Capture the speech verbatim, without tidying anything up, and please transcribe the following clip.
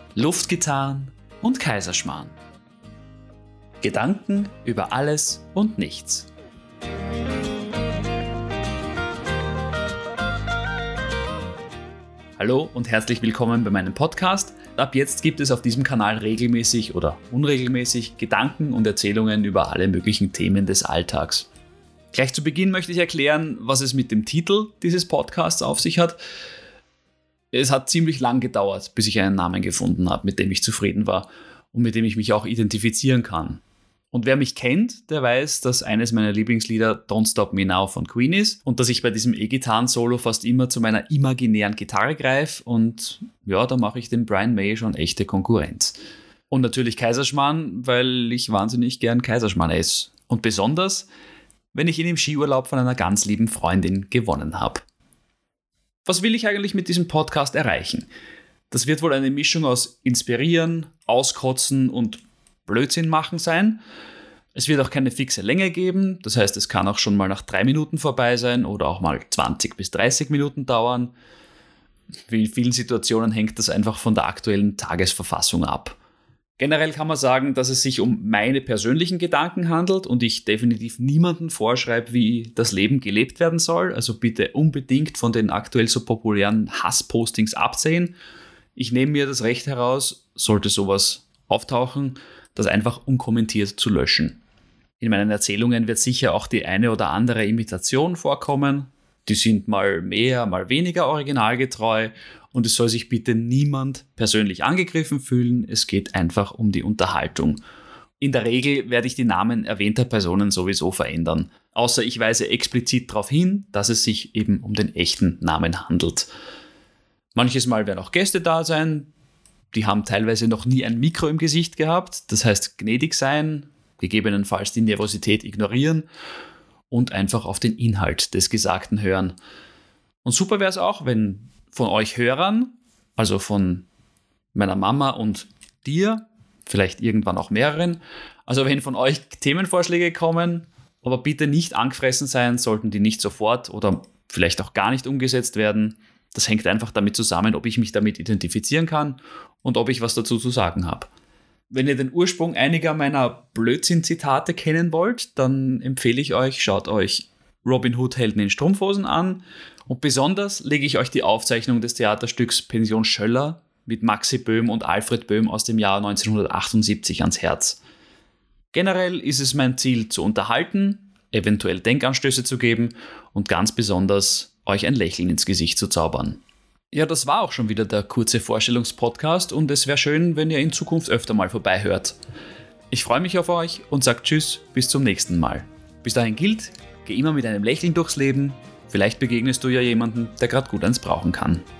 Luftgitarren und Kaiserschmarrn. Gedanken über alles und nichts. Hallo und herzlich willkommen bei meinem Podcast. Ab jetzt gibt es auf diesem Kanal regelmäßig oder unregelmäßig Gedanken und Erzählungen über alle möglichen Themen des Alltags. Gleich zu Beginn möchte ich erklären, was es mit dem Titel dieses Podcasts auf sich hat. Es hat ziemlich lang gedauert, bis ich einen Namen gefunden habe, mit dem ich zufrieden war und mit dem ich mich auch identifizieren kann. Und wer mich kennt, der weiß, dass eines meiner Lieblingslieder Don't Stop Me Now von Queen ist und dass ich bei diesem E-Gitarren-Solo fast immer zu meiner imaginären Gitarre greife und ja, da mache ich dem Brian May schon echte Konkurrenz. Und natürlich Kaiserschmarrn, weil ich wahnsinnig gern Kaiserschmarrn esse. Und besonders, wenn ich ihn im Skiurlaub von einer ganz lieben Freundin gewonnen habe. Was will ich eigentlich mit diesem Podcast erreichen? Das wird wohl eine Mischung aus Inspirieren, Auskotzen und Blödsinn machen sein. Es wird auch keine fixe Länge geben, das heißt, es kann auch schon mal nach drei Minuten vorbei sein oder auch mal zwanzig bis dreißig Minuten dauern. Wie in vielen Situationen hängt das einfach von der aktuellen Tagesverfassung ab. Generell kann man sagen, dass es sich um meine persönlichen Gedanken handelt und ich definitiv niemandem vorschreibe, wie das Leben gelebt werden soll. Also bitte unbedingt von den aktuell so populären Hasspostings absehen. Ich nehme mir das Recht heraus, sollte sowas auftauchen, das einfach unkommentiert zu löschen. In meinen Erzählungen wird sicher auch die eine oder andere Imitation vorkommen. Die sind mal mehr, mal weniger originalgetreu und es soll sich bitte niemand persönlich angegriffen fühlen. Es geht einfach um die Unterhaltung. In der Regel werde ich die Namen erwähnter Personen sowieso verändern, außer ich weise explizit darauf hin, dass es sich eben um den echten Namen handelt. Manches Mal werden auch Gäste da sein. Die haben teilweise noch nie ein Mikro im Gesicht gehabt. Das heißt, gnädig sein, gegebenenfalls die Nervosität ignorieren und einfach auf den Inhalt des Gesagten hören. Und super wäre es auch, wenn von euch Hörern, also von meiner Mama und dir, vielleicht irgendwann auch mehreren, also wenn von euch Themenvorschläge kommen, aber bitte nicht angefressen sein, sollten die nicht sofort oder vielleicht auch gar nicht umgesetzt werden. Das hängt einfach damit zusammen, ob ich mich damit identifizieren kann und ob ich was dazu zu sagen habe. Wenn ihr den Ursprung einiger meiner Blödsinn-Zitate kennen wollt, dann empfehle ich euch, schaut euch Robin Hood Helden in Strumpfhosen an und besonders lege ich euch die Aufzeichnung des Theaterstücks Pension Schöller mit Maxi Böhm und Alfred Böhm aus dem Jahr neunzehnhundertachtundsiebzig ans Herz. Generell ist es mein Ziel zu unterhalten, eventuell Denkanstöße zu geben und ganz besonders euch ein Lächeln ins Gesicht zu zaubern. Ja, das war auch schon wieder der kurze Vorstellungspodcast und es wäre schön, wenn ihr in Zukunft öfter mal vorbeihört. Ich freue mich auf euch und sage Tschüss, bis zum nächsten Mal. Bis dahin gilt, geh immer mit einem Lächeln durchs Leben, vielleicht begegnest du ja jemanden, der gerade gut eins brauchen kann.